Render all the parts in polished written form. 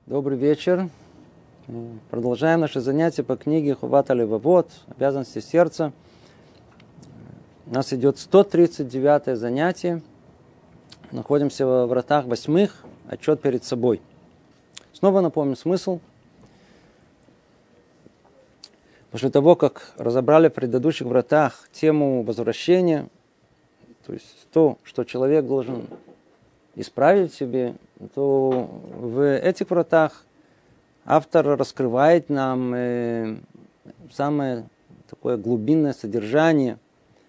Добрый вечер. Продолжаем наше занятие по книге Хуват Алевавот, обязанности сердца. У нас идет 139-е занятие. Находимся во вратах 8, отчет перед собой. Снова напомню смысл. После того, как разобрали в предыдущих вратах тему возвращения, то есть то, что человек должен исправить в себе, то в этих вратах автор раскрывает нам самое такое глубинное содержание,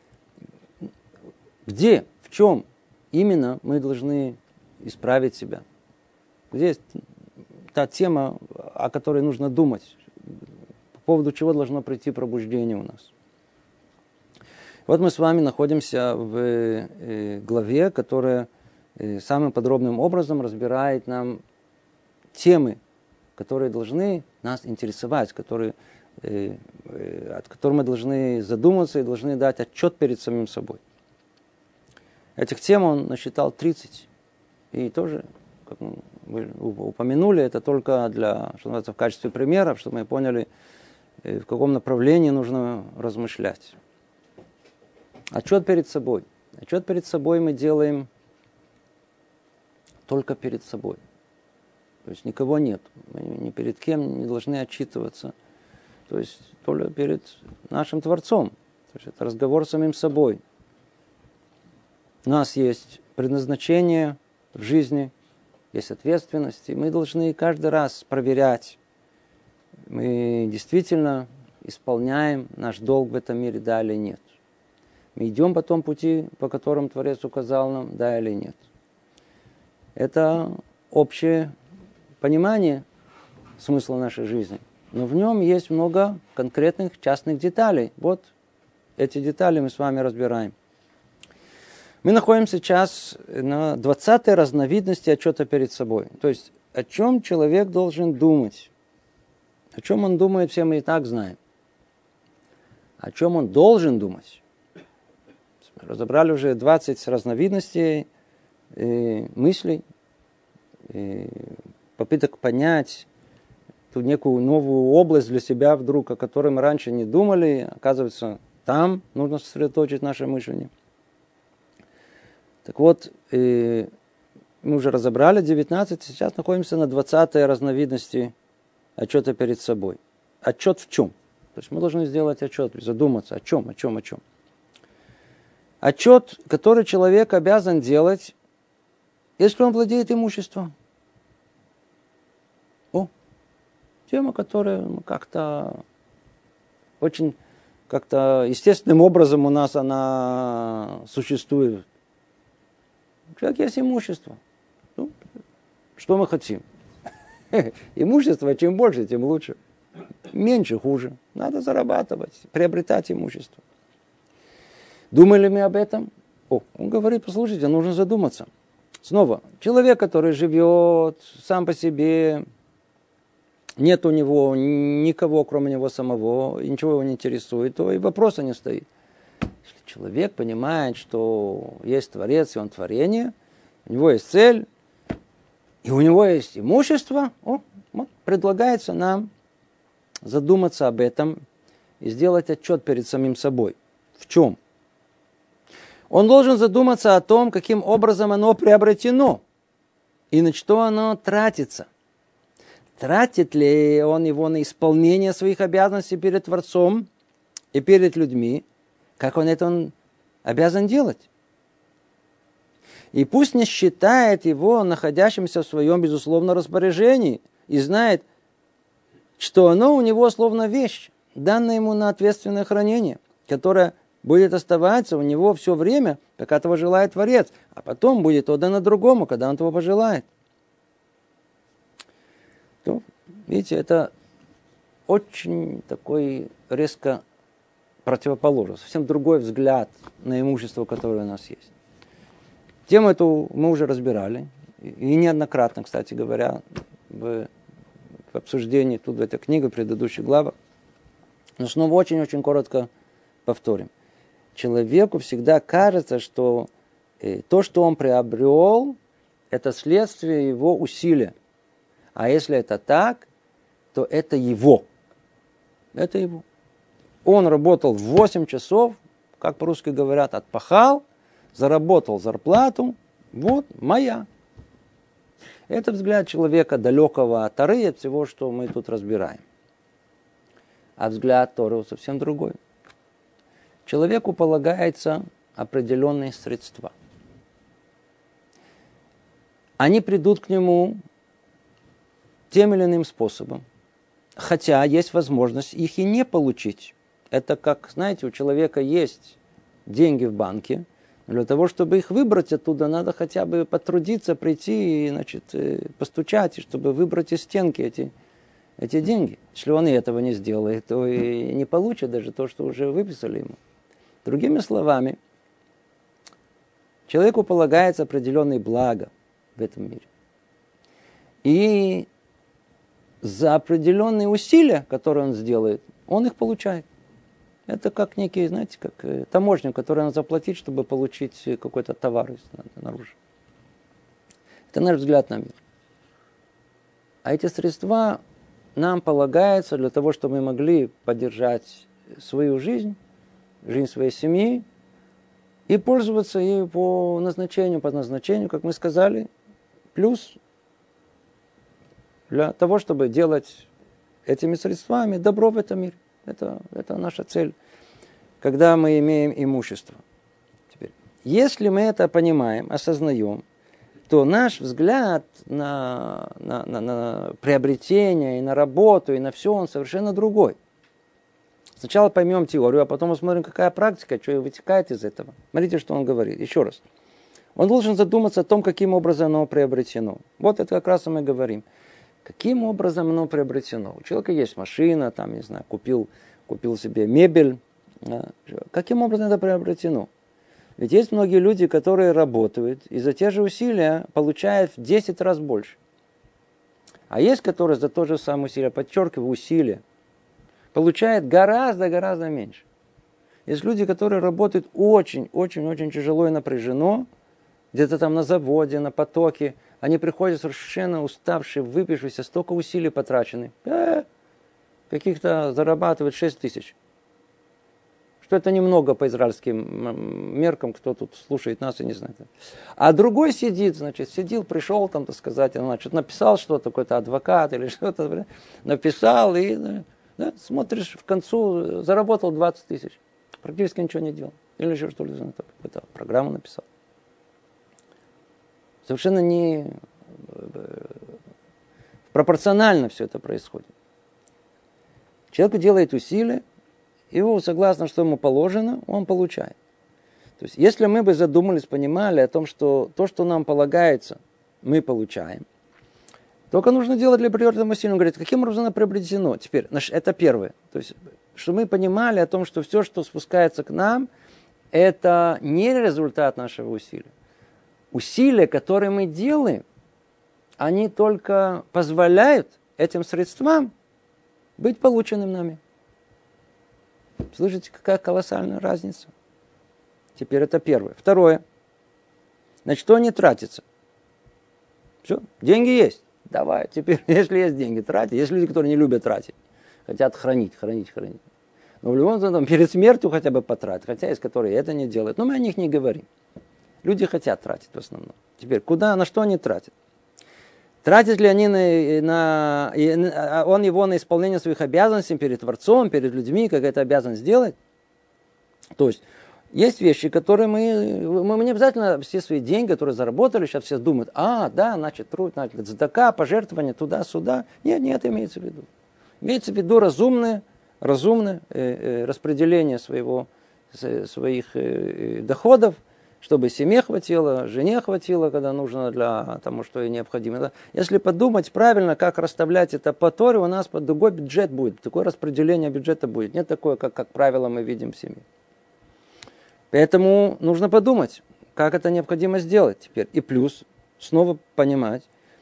где, в чем именно мы должны исправить себя. Здесь та тема, о которой нужно думать, по поводу чего должно прийти пробуждение у нас. Вот мы с вами находимся в главе, которая самым подробным образом разбирает нам темы, которые должны нас интересовать, от которых мы должны задуматься и должны дать отчет перед самим собой. Этих тем он насчитал 30. И тоже, как мы упомянули, это только для, что называется, в качестве примеров, чтобы мы поняли, в каком направлении нужно размышлять. Отчет перед собой. Отчет перед собой мы делаем только перед собой. То есть никого нет. Мы ни перед кем не должны отчитываться. То есть только перед нашим Творцом. То есть это разговор с самим собой. У нас есть предназначение в жизни, есть ответственность. И мы должны каждый раз проверять, мы действительно исполняем наш долг в этом мире, да или нет. Мы идем по тому пути, по которому Творец указал нам, да или нет. Это общее понимание смысла нашей жизни. Но в нем есть много конкретных частных деталей. Вот эти детали мы с вами разбираем. Мы находимся сейчас на 20-й разновидности отчета перед собой. То есть, о чем человек должен думать. О чем он думает, все мы и так знаем. О чем он должен думать. Мы разобрали уже 20 разновидностей мыслей, попыток понять ту некую новую область для себя вдруг, о которой мы раньше не думали. Оказывается, там нужно сосредоточить наше мышление. Так вот, мы уже разобрали 19, сейчас находимся на 20-й разновидности отчета перед собой. Отчет в чем? То есть мы должны сделать отчет, задуматься, о чем. Отчет, который человек обязан делать, если он владеет имуществом. Тема, которая как-то очень естественным образом у нас она существует. У человека есть имущество. Что мы хотим? Имущество, чем больше, тем лучше. Меньше, хуже. Надо зарабатывать, приобретать имущество. Думали мы об этом? Он говорит, послушайте, нужно задуматься. Снова, человек, который живет сам по себе, нет у него никого, кроме него самого, и ничего его не интересует, то и вопроса не стоит. Если человек понимает, что есть Творец, и он творение, у него есть цель, и у него есть имущество, предлагается нам задуматься об этом и сделать отчет перед самим собой. В чем? Он должен задуматься о том, каким образом оно приобретено и на что оно тратится. Тратит ли он его на исполнение своих обязанностей перед Творцом и перед людьми, как он это обязан делать. И пусть не считает его находящимся в своем безусловном распоряжении и знает, что оно у него словно вещь, данная ему на ответственное хранение, которая будет оставаться у него все время, пока того желает Творец, а потом будет отдано другому, когда он того пожелает. То, видите, это очень такой резко противоположный, совсем другой взгляд на имущество, которое у нас есть. Тему эту мы уже разбирали, и неоднократно, кстати говоря, в обсуждении тут в этой книге, в предыдущих главах. Но снова очень-очень коротко повторим. Человеку всегда кажется, что то, что он приобрел, это следствие его усилия. А если это так, то это его. Это его. Он работал 8 часов, как по-русски говорят, отпахал, заработал зарплату, вот, моя. Это взгляд человека, далекого от Торы, от всего, что мы тут разбираем. А взгляд Торы совсем другой. Человеку полагается определенные средства. Они придут к нему тем или иным способом. Хотя есть возможность их и не получить. Это как, знаете, у человека есть деньги в банке. Для того, чтобы их выбрать оттуда, надо хотя бы потрудиться, прийти и, значит, постучать, чтобы выбрать из стенки эти деньги. Если он и этого не сделает, то и не получит даже то, что уже выписали ему. Другими словами, человеку полагается определенное благо в этом мире. И за определенные усилия, которые он сделает, он их получает. Это как некий, знаете, как таможня, которую надо заплатить, чтобы получить какой-то товар наружу. Это наш взгляд на мир. А эти средства нам полагаются для того, чтобы мы могли поддержать свою жизнь, жизнь своей семьи, и пользоваться ею по назначению, как мы сказали, плюс для того, чтобы делать этими средствами добро в этом мире. Это наша цель, когда мы имеем имущество. Теперь, если мы это понимаем, осознаем, то наш взгляд на приобретение, и на работу, и на все, он совершенно другой. Сначала поймем теорию, а потом посмотрим, какая практика, что вытекает из этого. Смотрите, что он говорит. Еще раз. Он должен задуматься о том, каким образом оно приобретено. Вот это как раз мы говорим. Каким образом оно приобретено? У человека есть машина, там, не знаю, купил себе мебель. Каким образом это приобретено? Ведь есть многие люди, которые работают и за те же усилия получают в 10 раз больше. А есть, которые за то же самое усилие, подчеркиваю, усилия, получают гораздо меньше. Есть люди, которые работают очень тяжело и напряжено, где-то там на заводе, на потоке. Они приходят совершенно уставшие, выпившиеся, столько усилий потрачены. Каких-то зарабатывают 6 тысяч. Что это немного по израильским меркам, кто тут слушает нас и не знает. А другой сидит, пришел там, так сказать, что-то написал что-то, какой-то адвокат или что-то, написал и смотришь, в концу заработал 20 тысяч. Практически ничего не делал. Или еще что-то, какую-то программу написал. Совершенно не пропорционально все это происходит. Человек делает усилия, и согласно, что ему положено, он получает. То есть, если мы бы задумались, понимали о том, что то, что нам полагается, мы получаем, только нужно делать для определенного усилия. Он говорит, каким образом оно приобретено? Теперь, это первое. То есть, что мы понимали о том, что все, что спускается к нам, это не результат нашего усилия. Усилия, которые мы делаем, они только позволяют этим средствам быть полученным нами. Слышите, какая колоссальная разница? Теперь это первое. Второе. На что не тратится? Все, деньги есть. Давай, теперь, если есть деньги, трати. Есть люди, которые не любят тратить. Хотят хранить. Но в любом случае, перед смертью хотя бы потратить. Хотя есть, которые это не делают. Но мы о них не говорим. Люди хотят тратить в основном. Теперь, на что они тратят? Тратят ли они на исполнение своих обязанностей перед Творцом, перед людьми, как это обязан сделать? То есть вещи, которые мы не обязательно все свои деньги, которые заработали, сейчас все думают, труд, цадака, пожертвования туда-сюда. Нет, имеется в виду. Имеется в виду разумное распределение своих доходов, чтобы семье хватило, жене хватило, когда нужно для того, что ей необходимо. Если подумать правильно, как расставлять это по Торе, у нас другой бюджет будет, такое распределение бюджета будет. Нет такое, как правило, мы видим в семье. Поэтому нужно подумать, как это необходимо сделать теперь. И плюс снова понимать,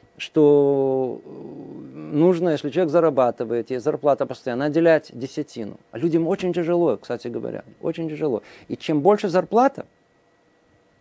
что нужно, если человек зарабатывает, и зарплата постоянно, отделять десятину. А людям очень тяжело, кстати говоря, очень тяжело. И чем больше зарплата,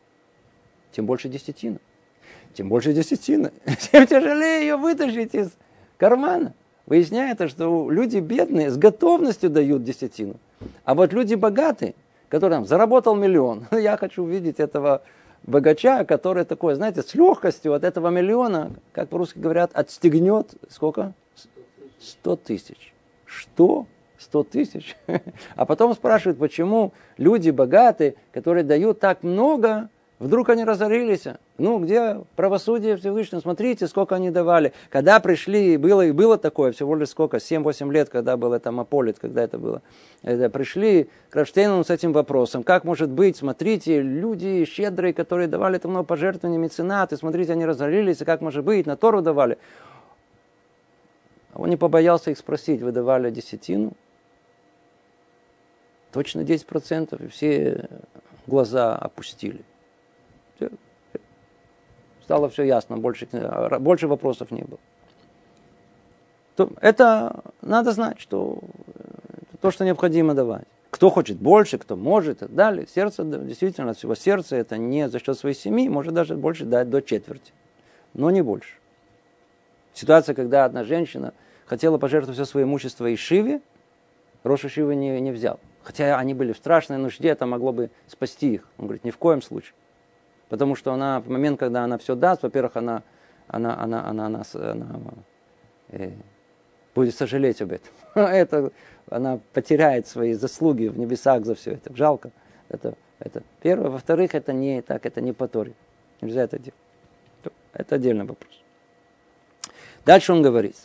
тем больше десятина. Тем тяжелее ее вытащить кармана. Выясняется, что люди бедные с готовностью дают десятину. А вот люди богатые, которые там заработал 1 000 000, я хочу увидеть этого богача, который такой, знаете, с легкостью от этого 1 000 000, как по-русски говорят, отстегнет, сколько? 100 000. Что? 100 000? А потом спрашивают, почему люди богатые, которые дают так много, вдруг они разорились. Ну, где правосудие Всевышнего? Смотрите, сколько они давали. Когда пришли, было такое, всего лишь сколько, 7-8 лет, когда был это Маполит, когда это было. Пришли к Рафштейну с этим вопросом. Как может быть, смотрите, люди щедрые, которые давали это много пожертвований, меценаты, смотрите, они разорились, и как может быть, на Тору давали. Он не побоялся их спросить, вы давали десятину? Точно 10%, и все глаза опустили. Стало все ясно, больше вопросов не было. Это надо знать, что то, что необходимо давать. Кто хочет больше, кто может, и так далее. Сердце, действительно, от всего сердца, это не за счет своей семьи, может даже больше дать до четверти, но не больше. Ситуация, когда одна женщина хотела пожертвовать все свое имущество Ишиве, Рош Ишивы не взял. Хотя они были в страшной нужде, это могло бы спасти их. Он говорит, ни в коем случае. Потому что она, в момент, когда она все даст, во-первых, она будет сожалеть об этом. Она потеряет свои заслуги в небесах за все это. Жалко. Это первое. Во-вторых, это не так, это не по Торе. Нельзя это делать. Это отдельный вопрос. Дальше он говорит.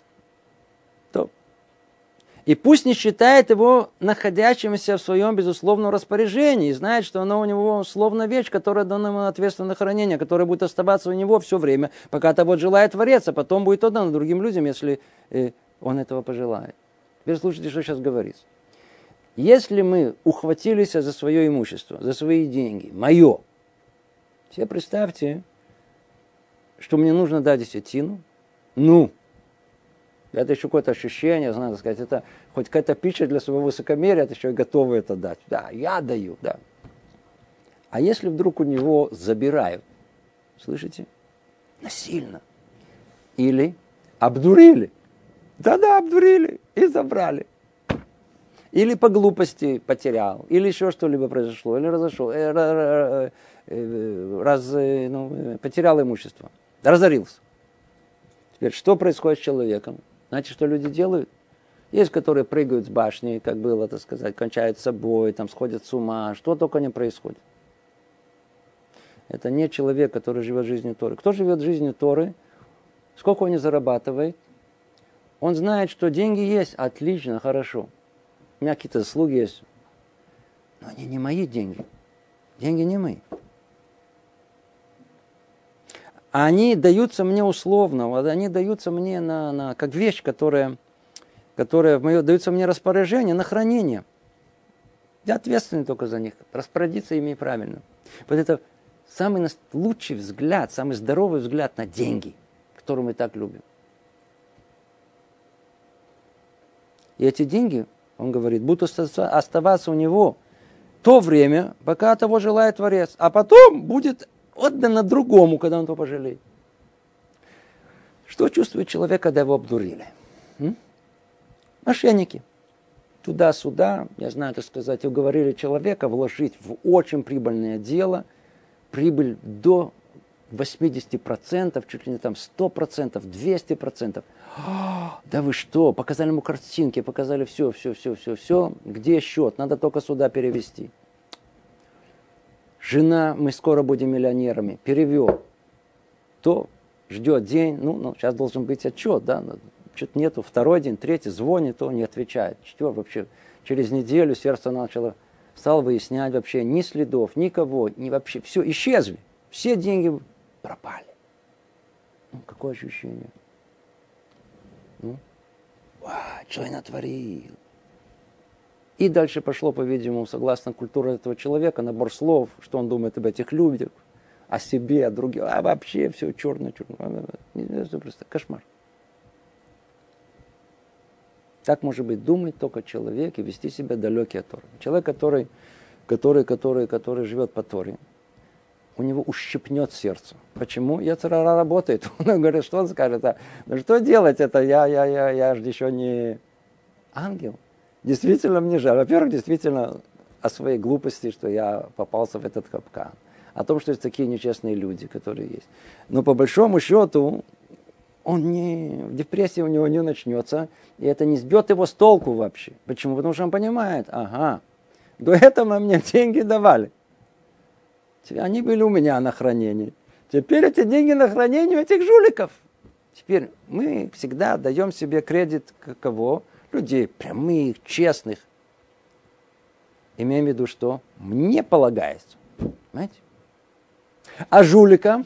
И пусть не считает его находящимся в своем безусловном распоряжении, и знает, что оно у него условная вещь, которая дана ему на ответственное хранение, которая будет оставаться у него все время, пока того желает Творец, а потом будет отдана другим людям, если он этого пожелает. Теперь слушайте, что сейчас говорится. Если мы ухватились за свое имущество, за свои деньги, мое, себе представьте, что мне нужно дать десятину, это еще какое-то ощущение, надо сказать, это хоть какая-то пища для своего высокомерия, это еще и готовы это дать. Да, я даю, да. А если вдруг у него забирают, слышите? Насильно. Или обдурили. Да-да, обдурили и забрали. Или по глупости потерял, или еще что-либо произошло, или потерял имущество, разорился. Теперь, что происходит с человеком? Знаете, что люди делают? Есть, которые прыгают с башни, как было, так сказать, кончают с собой, там сходят с ума, что только не происходит. Это не человек, который живет жизнью Торы. Кто живет жизнью Торы, сколько он не зарабатывает, он знает, что деньги есть, отлично, хорошо. У меня какие-то заслуги есть, но они не мои деньги. Деньги не мои. Они даются мне условно, они даются мне как вещь, которая даются мне распоряжение на хранение. Я ответственный только за них, распорядиться ими правильно. Вот это самый лучший взгляд, самый здоровый взгляд на деньги, который мы так любим. И эти деньги, он говорит, будут оставаться у него то время, пока того желает Творец, а потом будет отдано другому, когда он то пожалеет. Что чувствует человек, когда его обдурили? Мошенники. Туда-сюда, я знаю, так сказать, уговорили человека вложить в очень прибыльное дело, прибыль до 80%, чуть ли не там 100%, 200%. Да вы что? Показали ему картинки, показали все. Где счет? Надо только сюда перевести. Жена, мы скоро будем миллионерами. Перевел. То ждет день, сейчас должен быть отчет, да, что-то нету. Второй день, третий, звонит, то не отвечает. Четвертый, вообще, через неделю сердце стало выяснять вообще ни следов, никого, вообще, все, исчезли. Все деньги пропали. Какое ощущение? Что я натворил? И дальше пошло, по-видимому, согласно культуре этого человека, набор слов, что он думает об этих людях, о себе, о других, вообще все черное. Это просто кошмар. Так, может быть, думать только человек и вести себя далекий от Торы. Человек, который живет по Торе, у него ущипнет сердце. Почему? Йецер ара работает. Он говорит, что он скажет? Ну что делать это? Я же еще не ангел. Действительно мне жаль. Во-первых, действительно о своей глупости, что я попался в этот капкан. О том, что есть такие нечестные люди, которые есть. Но по большому счету, в депрессии у него не начнется, и это не сбьет его с толку вообще. Почему? Потому что он понимает, до этого мне деньги давали. Они были у меня на хранении. Теперь эти деньги на хранение у этих жуликов. Теперь мы всегда даем себе кредит кого? Людей прямых, честных. Имеем в виду, что мне полагается. Понимаете? А жуликам?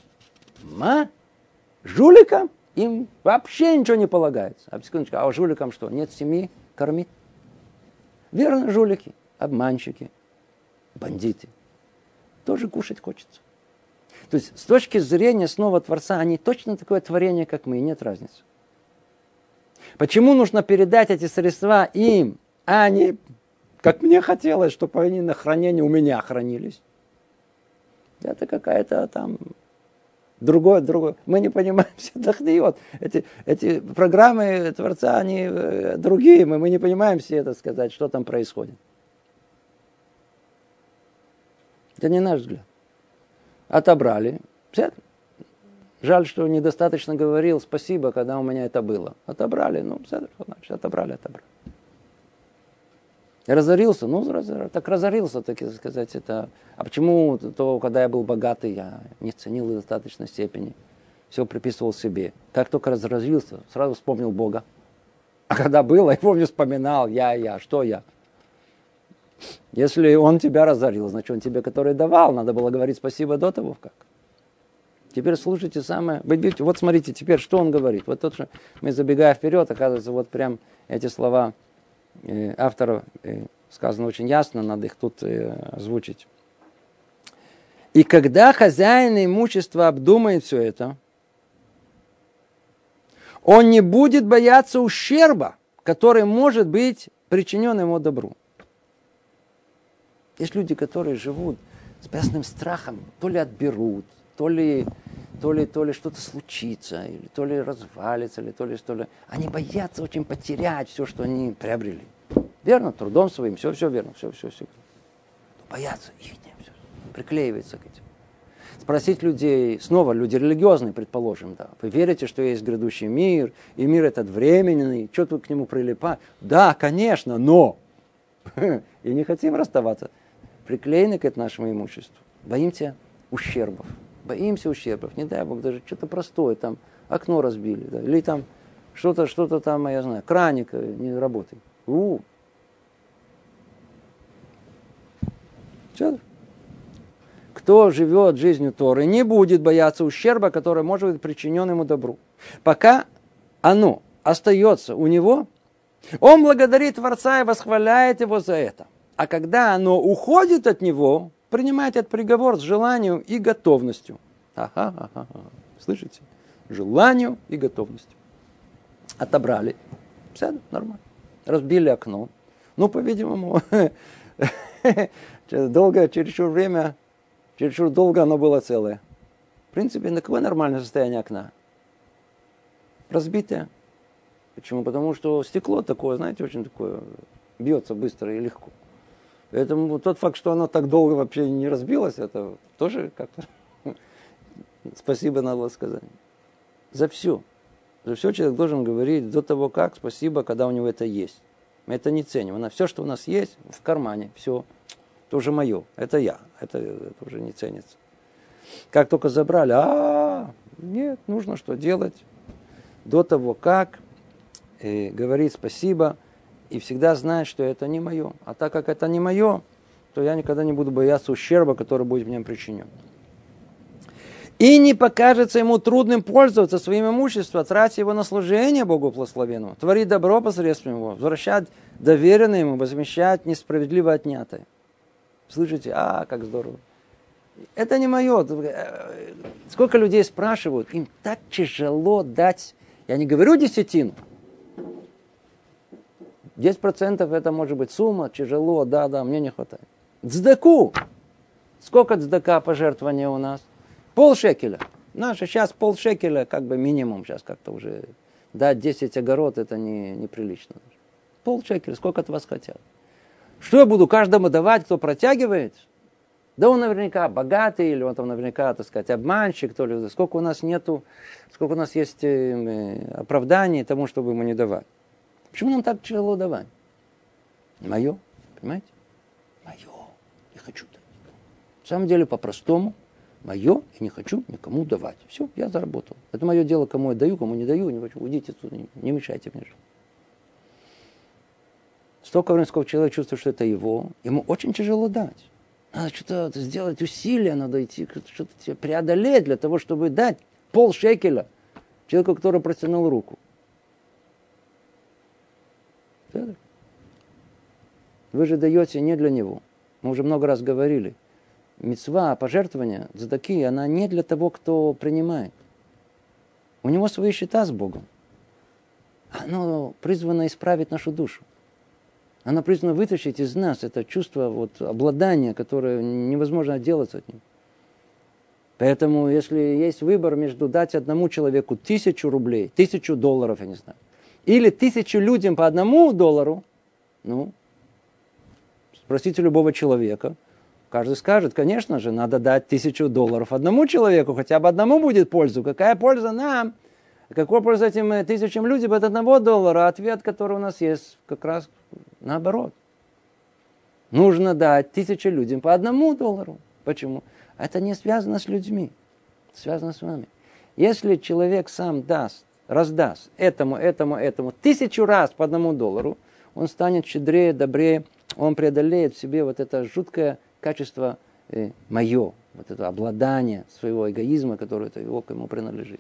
Жуликам им вообще ничего не полагается. А жуликам что? Нет семьи? Кормить? Верно, жулики, обманщики, бандиты. Тоже кушать хочется. То есть, с точки зрения снова Творца, они точно такое творение, как мы, и нет разницы. Почему нужно передать эти средства им, а не, как мне хотелось, чтобы они на хранение у меня хранились? Это какая-то там другое. Мы не понимаем, все вдохнет. Эти программы Творца, они другие, мы не понимаем все это сказать, что там происходит. Это не наш взгляд. Отобрали. Жаль, что недостаточно говорил спасибо, когда у меня это было. Отобрали. Отобрали. Разорился. Так разорился, так сказать. Это. А почему когда я был богатый, я не ценил в достаточной степени. Все приписывал себе. Как только разорился, сразу вспомнил Бога. А когда было, его не вспоминал. Что я? Если он тебя разорил, значит, он тебе, который давал, надо было говорить спасибо до того, как. Теперь слушайте самое. Вот смотрите, теперь что он говорит. Вот то, что мы, забегая вперед, оказывается, вот прям эти слова автора сказаны очень ясно, надо их тут озвучить. И когда хозяин имущества обдумает все это, он не будет бояться ущерба, который может быть причинен ему добру. Есть люди, которые живут с постоянным страхом, то ли отберут, то ли что-то случится, или то ли развалится, или то ли. Они боятся очень потерять все, что они приобрели. Верно? Трудом своим, все верно, все. Боятся, все, приклеивается к этим. Спросить людей, снова люди религиозные, предположим, да. Вы верите, что есть грядущий мир, и мир этот временный, что тут к нему прилипать? Да, конечно, но и не хотим расставаться. Приклеены к нашему имуществу. Боимся ущербов. Не дай Бог, даже что-то простое, там окно разбили, да, или там что-то там, я знаю, краник не работает. Все. Кто живет жизнью Торы, не будет бояться ущерба, который может быть причинен ему добру. Пока оно остается у него, он благодарит Творца и восхваляет его за это. А когда оно уходит от него, принимает этот приговор с желанием и готовностью. Слышите? Желанию и готовностью. Отобрали. Все нормально. Разбили окно. По-видимому, чересчур долго оно было целое. В принципе, на какое нормальное состояние окна? Разбитое. Почему? Потому что стекло такое, знаете, очень такое, бьется быстро и легко. Поэтому тот факт, что оно так долго вообще не разбилось, это тоже как-то спасибо надо сказать. За все. За все человек должен говорить до того, как спасибо, когда у него это есть. Мы это не ценим. Все, что у нас есть, в кармане, все, это уже мое, это я. Это уже не ценится. Как только забрали, нет, нужно что делать до того, как говорить спасибо, и всегда знать, что это не мое. А так как это не мое, то я никогда не буду бояться ущерба, который будет мне причинен. И не покажется ему трудным пользоваться своим имуществом, тратить его на служение Богу благословенному, творить добро посредством его, возвращать доверенное ему, возмещать несправедливо отнятое. Слышите? Как здорово. Это не мое. Сколько людей спрашивают, им так тяжело дать, я не говорю десятину, 10% это может быть сумма, тяжело, да, мне не хватает. Цдаку. Сколько цдака пожертвования у нас? Полшекеля. Наша сейчас полшекеля, как бы минимум, сейчас как-то уже дать 10 огород, это неприлично. Полшекеля, сколько от вас хотят. Что я буду каждому давать, кто протягивает? Да он наверняка богатый, или он там наверняка, так сказать, обманщик, то ли сколько у нас есть оправданий тому, чтобы ему не давать. Почему нам так тяжело давать? Мое, понимаете? Мое, я хочу дать. На самом деле, по-простому, мое, я не хочу никому давать. Все, я заработал. Это мое дело, кому я даю, кому не даю, не хочу. Уйдите отсюда, не мешайте мне. Столько времени, сколько человек чувствует, что это его, ему очень тяжело дать. Надо что-то сделать, усилия, надо идти, что-то преодолеть для того, чтобы дать полшекеля человеку, который протянул руку. Вы же даете не для него. Мы уже много раз говорили. Мицва, пожертвование, цдаки, она не для того, кто принимает. У него свои счета с Богом. Оно призвано исправить нашу душу. Оно призвано вытащить из нас это чувство обладания, которое невозможно отделаться от него. Поэтому, если есть выбор между дать одному человеку 1000 рублей, $1000, я не знаю, или 1000 людям по $1, спросите любого человека, каждый скажет, конечно же, надо дать $1000 одному человеку, хотя бы одному будет пользу. Какая польза нам? Какой польза этим 1000 людям от $1? А ответ, который у нас есть, как раз наоборот. Нужно дать 1000 людям по $1. Почему? Это не связано с людьми. Связано с вами. Если человек сам раздаст этому 1000 раз по $1, он станет щедрее, добрее, он преодолеет в себе это жуткое качество мое, это обладание своего эгоизма, которое ему принадлежит.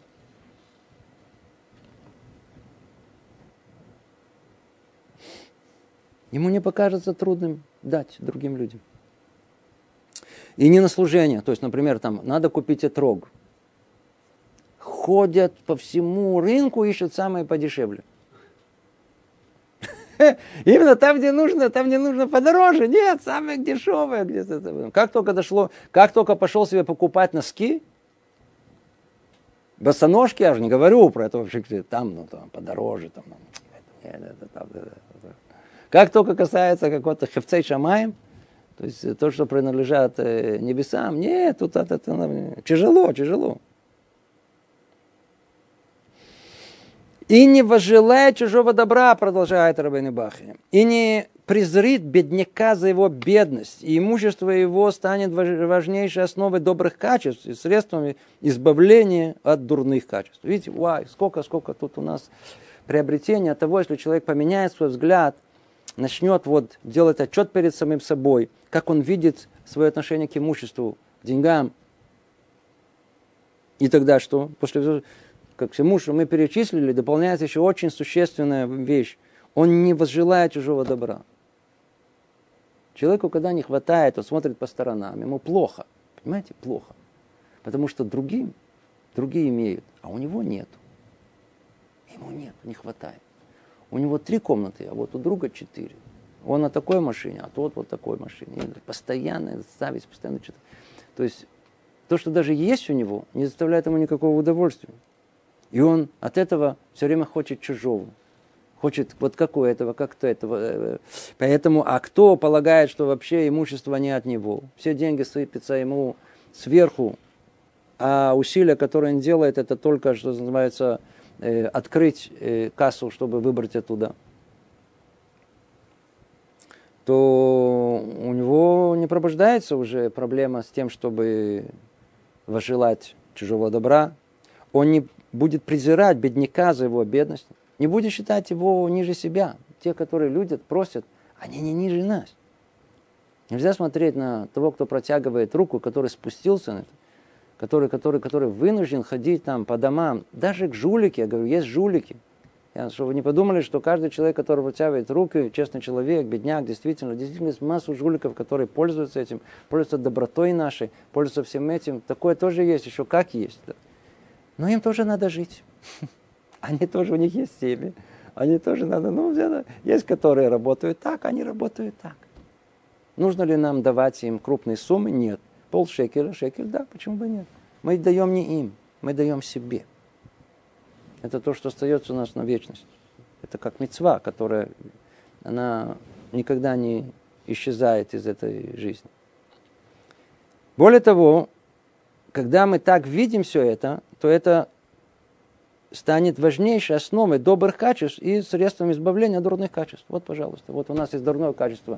Ему не покажется трудным дать другим людям. И не на служение. То есть, например, надо купить этрог. Ходят по всему рынку, ищут самое подешевле. Именно там, где нужно подороже. Нет, самое дешевое. Как только пошел себе покупать носки, босоножки, я же не говорю про это вообще, там подороже. Как только касается какого-то хефцей шамаем, то есть то, что принадлежат небесам, нет, тут это тяжело. И не возжелает чужого добра, продолжает Рабейну Бахья, и не презрит бедняка за его бедность, и имущество его станет важнейшей основой добрых качеств и средствами избавления от дурных качеств. Видите, сколько тут у нас приобретения от того, если человек поменяет свой взгляд, начнет делать отчет перед самим собой, как он видит свое отношение к имуществу, к деньгам. И тогда что? После как всему, что мы перечислили, дополняется еще очень существенная вещь. Он не возжелает чужого добра. Человеку, когда не хватает, он смотрит по сторонам, ему плохо. Понимаете, плохо. Потому что другие имеют, а у него нет. Ему нет, не хватает. У него 3 комнаты, а у друга 4. Он на такой машине, а тот такой машине. И постоянно ставить, постоянно что-то. То есть, то, что даже есть у него, не заставляет ему никакого удовольствия. И он от этого все время хочет чужого. Хочет как у этого, как у этого. Поэтому, а кто полагает, что вообще имущество не от него? Все деньги сыпятся ему сверху, а усилия, которые он делает, это только, что называется, открыть кассу, чтобы выбрать оттуда, то у него не пробуждается уже проблема с тем, чтобы возжелать чужого добра. Он не будет презирать бедняка за его бедность, не будет считать его ниже себя. Те, которые люди просят, они не ниже нас. Нельзя смотреть на того, кто протягивает руку, который спустился на это, который вынужден ходить по домам, даже к жулике, я говорю, есть жулики. Чтобы вы не подумали, что каждый человек, который протягивает руки, честный человек, бедняк, действительно есть массу жуликов, которые пользуются этим, пользуются добротой нашей, пользуются всем этим. Такое тоже есть, еще как есть. Но им тоже надо жить. Они тоже, у них есть семьи. Они тоже надо, есть, которые работают так, они работают так. Нужно ли нам давать им крупные суммы? Нет. Полшекеля, шекель, да, почему бы нет? Мы даем не им, мы даем себе. Это то, что остается у нас на вечность. Это как мицва, которая она никогда не исчезает из этой жизни. Более того, когда мы так видим все это, то это станет важнейшей основой добрых качеств и средством избавления от дурных качеств. Вот, пожалуйста, вот у нас есть дурное качество,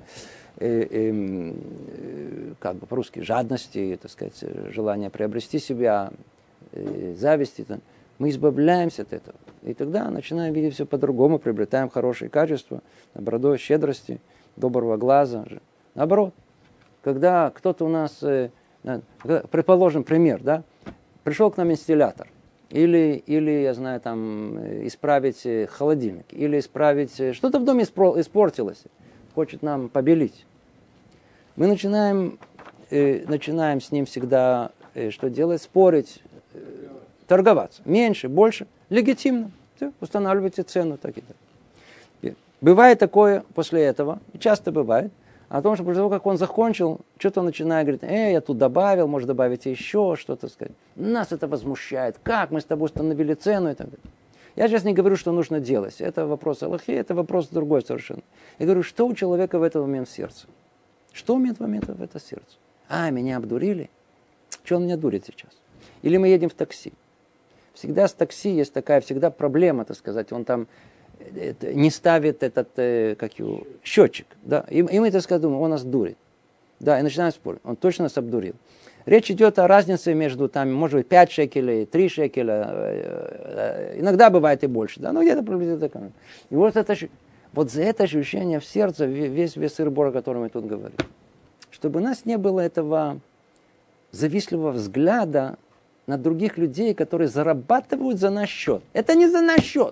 как бы по-русски, жадности, так сказать, желание приобрести себя, зависти. Мы избавляемся от этого. И тогда начинаем видеть все по-другому, приобретаем хорошие качества, добротой, щедрости, доброго глаза. Наоборот, когда кто-то у нас, предположим, пример, да, пришел к нам инсталлятор, или, я знаю, там, исправить холодильник, или исправить, что-то в доме испортилось, хочет нам побелить. Мы начинаем с ним всегда, что делать, спорить, торговаться. Меньше, больше, легитимно. Все, устанавливайте цену. Так и так. Бывает такое после этого, и часто бывает, о том, что после того, как он закончил, что-то он начинает говорить, я тут добавил, может добавить еще что-то сказать. Нас это возмущает. Как мы с тобой установили цену и так далее. Я сейчас не говорю, что нужно делать. Это вопрос Аллахи, это вопрос другой совершенно. Я говорю, что у человека в этот момент в сердце? Что у меня в момент в это сердце? Меня обдурили? Что он меня дурит сейчас? Или мы едем в такси. Всегда с такси есть такая всегда проблема, так сказать. Он там не ставит этот счетчик. Да? И мы, так сказать, думаем, он нас дурит. Да, и начинаем спорить. Он точно нас обдурил. Речь идет о разнице между, там, может быть, 5 шекелей, 3 шекеля. Иногда бывает и больше. Да? Но где-то приблизительно такое. И вот за это ощущение в сердце весь сыр-бор, о котором мы тут говорим. Чтобы у нас не было этого завистливого взгляда на других людей, которые зарабатывают за наш счет. Это не за наш счет.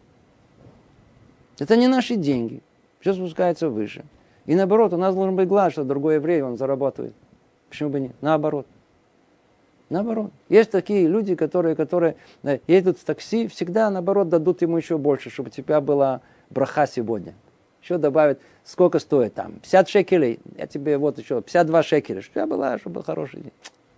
Это не наши деньги. Все спускается выше. И наоборот, у нас должен быть глаз, что другой еврей, он зарабатывает. Почему бы нет? Наоборот. Есть такие люди, которые едут в такси, всегда, наоборот, дадут ему еще больше, чтобы у тебя была браха сегодня. Еще добавят, сколько стоит там? 50 шекелей. Я тебе вот еще 52 шекеля. Чтобы у тебя была, чтобы был хороший день.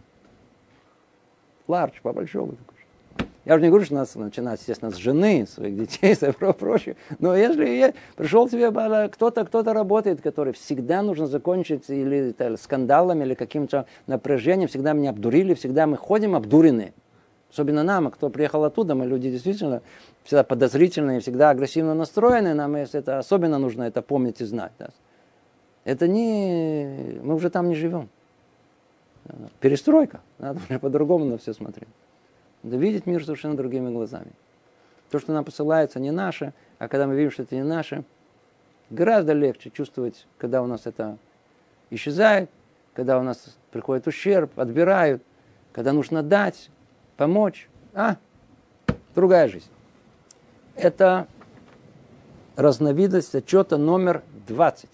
Ларч, по-большому. Я уже не говорю, что надо начинать, естественно, с жены, своих детей, и прочее. Но если пришел тебе кто-то работает, который всегда нужно закончить или скандалом, или каким-то напряжением, всегда меня обдурили, всегда мы ходим обдуренные. Особенно нам, кто приехал оттуда, мы люди действительно всегда подозрительные, всегда агрессивно настроенные, нам это особенно нужно это помнить и знать. Да. Это не... Мы уже там не живем. Перестройка. Надо уже по-другому на все смотреть. Надо видеть мир совершенно другими глазами. То, что нам посылается, не наше, а когда мы видим, что это не наше, гораздо легче чувствовать, когда у нас это исчезает, когда у нас приходит ущерб, отбирают, когда нужно дать, помочь. Другая жизнь. Это разновидность отчета номер 20.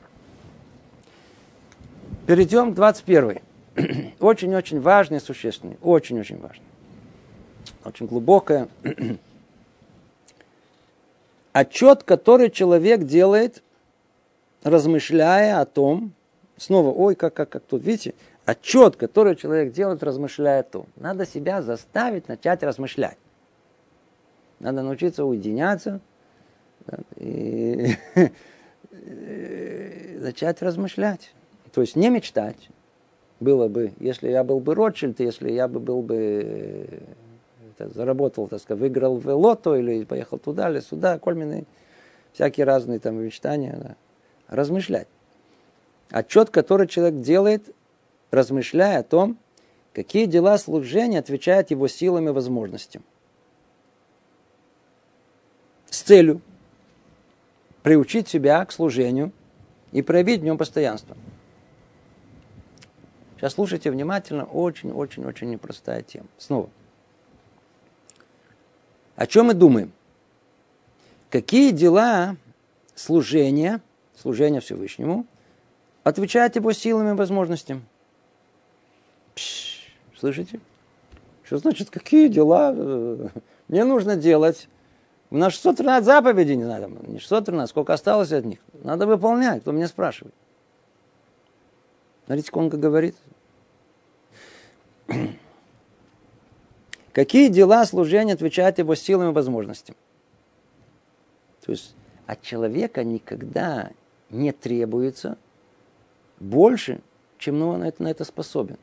Перейдем к 21. Очень-очень важный, существенный. Очень-очень важный. Очень глубокое. Отчет, который человек делает, размышляя о том, снова, как тут, видите, отчет, который человек делает, размышляя о том. Надо себя заставить начать размышлять. Надо научиться уединяться и начать размышлять. То есть не мечтать. Было бы, если я был бы Ротшильд, если я был бы заработал, так сказать, выиграл в лото или поехал туда или сюда, кольмины, всякие разные там мечтания. Да. Размышлять. Отчет, который человек делает, размышляя о том, какие дела служения отвечают его силам и возможностям. С целью приучить себя к служению и проявить в нем постоянство. Сейчас слушайте внимательно, очень-очень-очень непростая тема. Снова. О чем мы думаем? Какие дела служения Всевышнему отвечают его силам и возможностям? Слышите? Что значит, какие дела мне нужно делать? У нас 613 заповедей, не знаю, не 613, сколько осталось от них. Надо выполнять, кто меня спрашивает. Смотрите, он как говорит. Какие дела служения отвечают его силам и возможностям? То есть от человека никогда не требуется больше, чем он на это способен.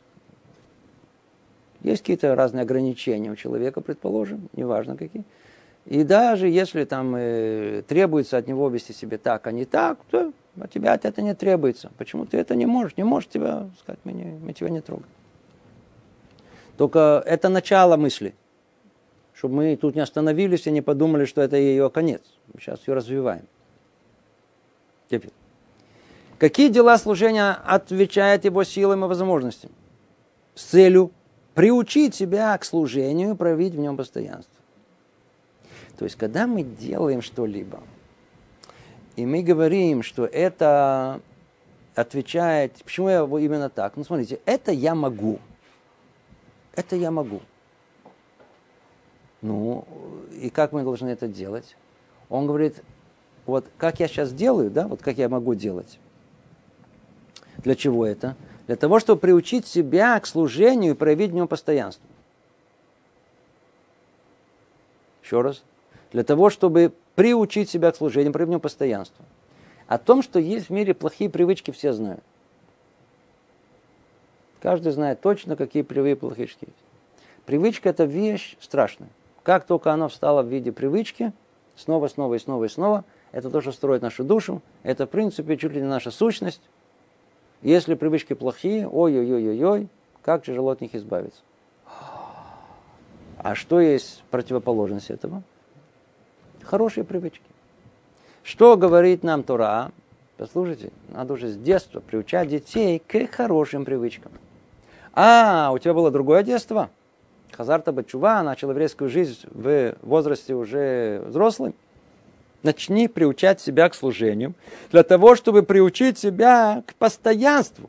Есть какие-то разные ограничения у человека, предположим, неважно какие. И даже если там требуется от него вести себя так, а не так, то от тебя это не требуется. Почему ты это не можешь? Не можешь тебя сказать, мы тебя не трогаем. Только это начало мысли. Чтобы мы тут не остановились и не подумали, что это ее конец. Мы сейчас ее развиваем. Теперь. Какие дела служения отвечают его силам и возможностям? С целью приучить себя к служению и проявить в нем постоянство. То есть, когда мы делаем что-либо, и мы говорим, что это отвечает... Почему я именно так? Ну, смотрите, это я могу. Это я могу. Ну, и как мы должны это делать? Он говорит, вот как я сейчас делаю, да, вот как я могу делать. Для чего это? Для того, чтобы приучить себя к служению и проявить в нем постоянство. Еще раз. Для того, чтобы приучить себя к служению, проявить в нем постоянство. О том, что есть в мире плохие привычки, все знают. Каждый знает точно, какие привычки есть. Привычка – это вещь страшная. Как только она встала в виде привычки, снова, это то, что строит нашу душу, это, в принципе, чуть ли не наша сущность. Если привычки плохие, ой-ой-ой-ой-ой, как тяжело от них избавиться. А что есть противоположность этого? Хорошие привычки. Что говорит нам Тора? Послушайте, надо уже с детства приучать детей к хорошим привычкам. У тебя было другое детство? Хазарта Бачува, начал еврейскую жизнь в возрасте уже взрослым. Начни приучать себя к служению, для того, чтобы приучить себя к постоянству.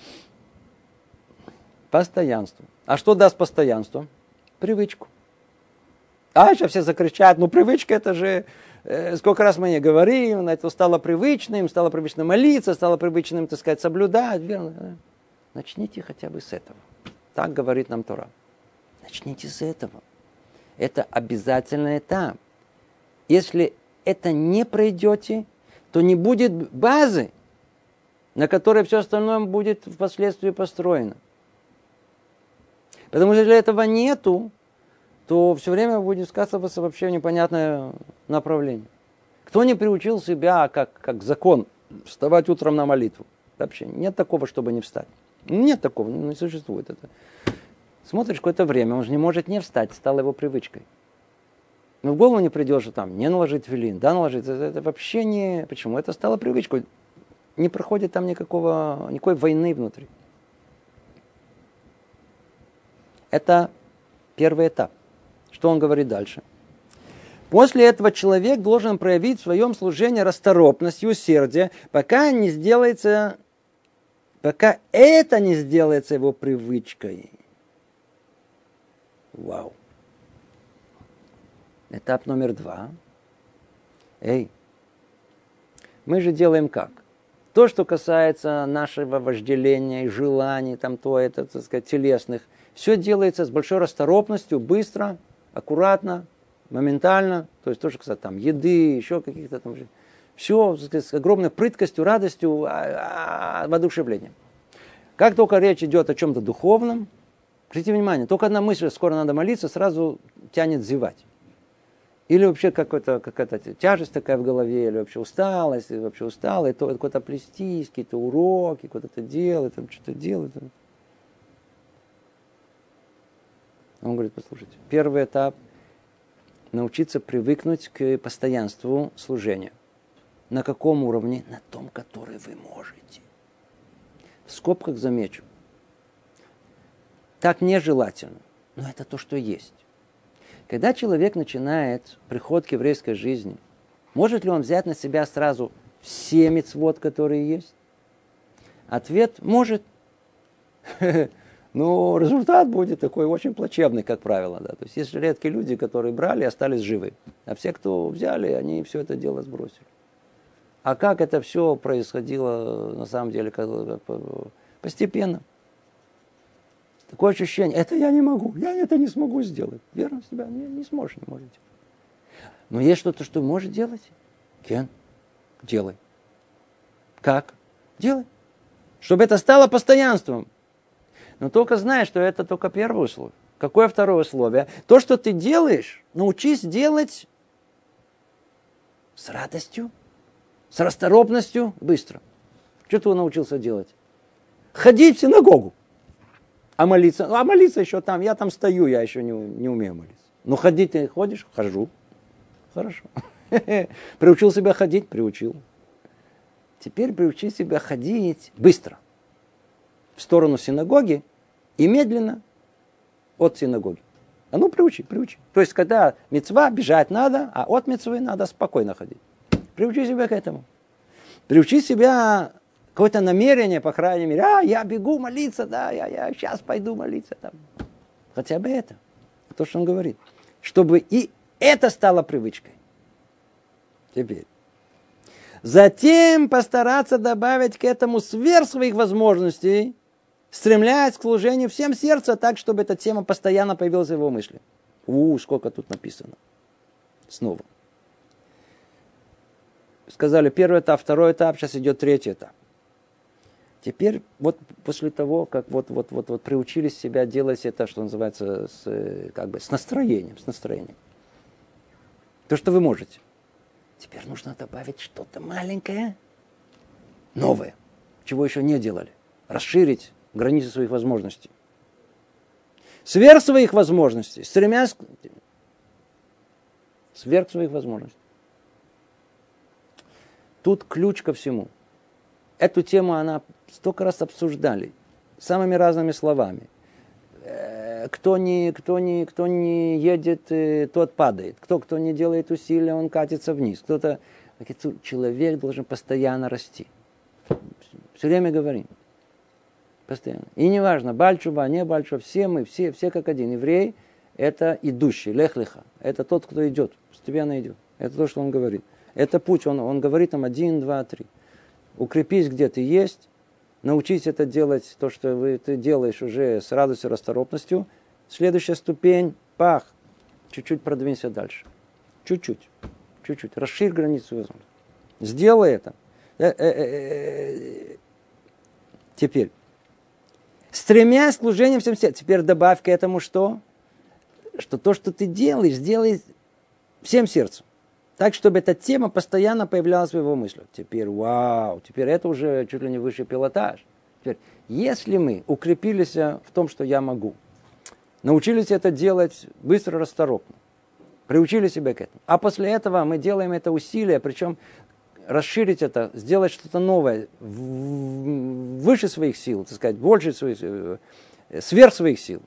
Постоянству. А что даст постоянство? Привычку. Сейчас все закричат, привычка это же, сколько раз мы не говорим, это стало привычным молиться, стало привычным, так сказать, соблюдать. Верно? Начните хотя бы с этого. Так говорит нам Тора. Начните с этого. Это обязательный этап. Если это не пройдете, то не будет базы, на которой все остальное будет впоследствии построено. Потому что если этого нету, то все время будет скатываться вообще в непонятное направление. Кто не приучил себя, как закон, вставать утром на молитву? Вообще нет такого, чтобы не встать. Нет такого, не существует это. Смотришь какое-то время, он же не может не встать, стало его привычкой. Но в голову не придет, что там не наложить тфилин, да наложить. Это вообще не... Почему? Это стало привычкой. Не проходит там никакой войны внутри. Это первый этап. Что он говорит дальше? После этого человек должен проявить в своем служении расторопность и усердие, пока это не сделается его привычкой. Вау. Этап номер 2. Мы же делаем как? То, что касается нашего вожделения и желаний, так сказать, телесных, все делается с большой расторопностью, быстро, аккуратно, моментально. То есть то, что касается еды, еще каких-то там... Все с огромной прыткостью, радостью, воодушевлением. Как только речь идет о чем-то духовном, обратите внимание, только одна мысль, скоро надо молиться, сразу тянет зевать. Или вообще какая-то тяжесть такая в голове, или вообще усталость, и то какое-то плести, какие-то уроки, куда-то делать, что-то делать. Он говорит, послушайте, первый этап – научиться привыкнуть к постоянству служения. На каком уровне? На том, который вы можете. В скобках замечу. Так нежелательно, но это то, что есть. Когда человек начинает приход к еврейской жизни, может ли он взять на себя сразу все мицвот, которые есть? Ответ – может. Но результат будет такой очень плачевный, как правило. Да. То есть есть редкие люди, которые брали и остались живы. А все, кто взяли, они все это дело сбросили. А как это все происходило на самом деле? Постепенно. Такое ощущение, это я не могу, я это не смогу сделать. Верно себя не сможешь, не можете. Но есть что-то, что может делать. Кен, делай. Как? Делай. Чтобы это стало постоянством. Но только знай, что это только первое условие. Какое второе условие? То, что ты делаешь, научись делать с радостью, с расторопностью, быстро. Что ты научился делать? Ходить в синагогу. А молиться? А молиться еще там. Я там стою, я еще не умею молиться. Но ходить ты ходишь? Хожу. Хорошо. Приучил себя ходить? Приучил. Теперь приучи себя ходить быстро. В сторону синагоги и медленно от синагоги. А ну приучи. То есть, когда мицва, бежать надо, а от мицвы надо спокойно ходить. Приучи себя к этому. Приучи себя какое-то намерение, по крайней мере. Я бегу молиться, да, я сейчас пойду молиться. Там. Хотя бы это. То, что он говорит. Чтобы и это стало привычкой. Теперь. Затем постараться добавить к этому сверх своих возможностей, стремляясь к служению всем сердцем так, чтобы эта тема постоянно появилась в его мысли. Сколько тут написано. Снова. Сказали первый этап, второй этап, сейчас идет третий этап. Теперь вот после того, как вот приучились себя делать это, что называется, с настроением. То, что вы можете. Теперь нужно добавить что-то маленькое, новое, чего еще не делали. Расширить границы своих возможностей. Сверх своих возможностей, стремясь сверх своих возможностей. Тут ключ ко всему. Эту тему она столько раз обсуждали, самыми разными словами. Кто не едет, тот падает. Кто не делает усилия, он катится вниз. Человек должен постоянно расти. Все время говорим. Постоянно. И неважно, бальчуба, не бальчуба, все мы, все как один. Еврей – это идущий, лех-леха. Это тот, кто идет, постепенно идет. Это то, что он говорит. Это путь, он говорит там 1, 2, 3. Укрепись, где ты есть, научись это делать, то, что ты делаешь уже с радостью, расторопностью. Следующая ступень, чуть-чуть продвинься дальше. Чуть-чуть. Расширь границу возможностей. Сделай это. Теперь. Стремясь к служению всем сердцем. Теперь добавь к этому что? Что то, что ты делаешь, сделай всем сердцем. Так, чтобы эта тема постоянно появлялась в его мыслях. Теперь, теперь это уже чуть ли не высший пилотаж. Теперь, если мы укрепились в том, что я могу, научились это делать быстро, расторопно, приучили себя к этому, а после этого мы делаем это усилие, причем расширить это, сделать что-то новое, выше своих сил, так сказать, больше своих сил, сверх своих сил.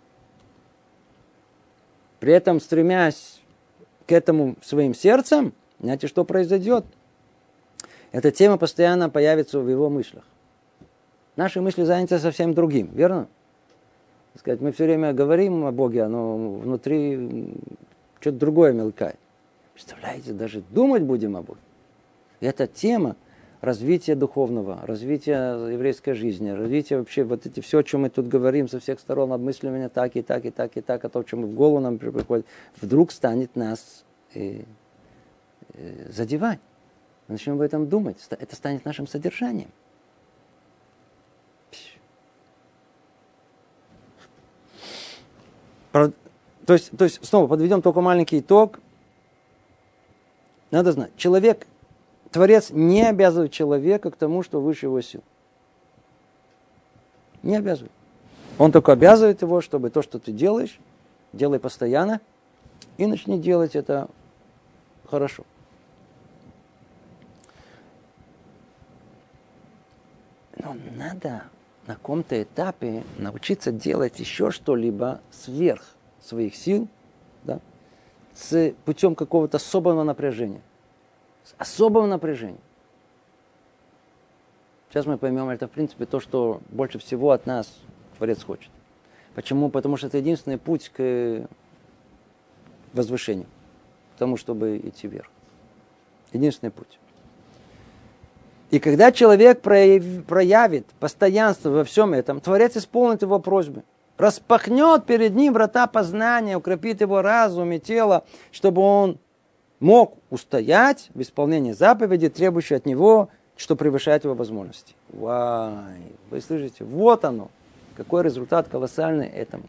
При этом стремясь к этому своим сердцем, знаете, что произойдет? Эта тема постоянно появится в его мыслях. Наши мысли заняты совсем другим, верно? Так сказать, мы все время говорим о Боге, но внутри что-то другое мелькает. Представляете, даже думать будем о Боге. И эта тема развития духовного, развития еврейской жизни, развития вообще вот эти все, о чем мы тут говорим со всех сторон, обмысливания так, а то, что мы в голову нам приходит, вдруг станет нас задевать. Мы начнем об этом думать. Это станет нашим содержанием. То есть, снова подведем только маленький итог. Надо знать, Творец не обязывает человека к тому, что выше его сил. Не обязывает. Он только обязывает его, чтобы то, что ты делаешь, делай постоянно и начни делать это хорошо. Но надо на каком-то этапе научиться делать еще что-либо сверх своих сил, да, с путем какого-то особого напряжения. Особого напряжения. Сейчас мы поймем, это в принципе то, что больше всего от нас Творец хочет. Почему? Потому что это единственный путь к возвышению, к тому, чтобы идти вверх. Единственный путь. И когда человек проявит постоянство во всем этом, Творец исполнит его просьбы, распахнет перед ним врата познания, укрепит его разум и тело, чтобы он мог устоять в исполнении заповедей, требующей от него, что превышает его возможности. Вай, вы слышите? Вот оно. Какой результат колоссальный этому.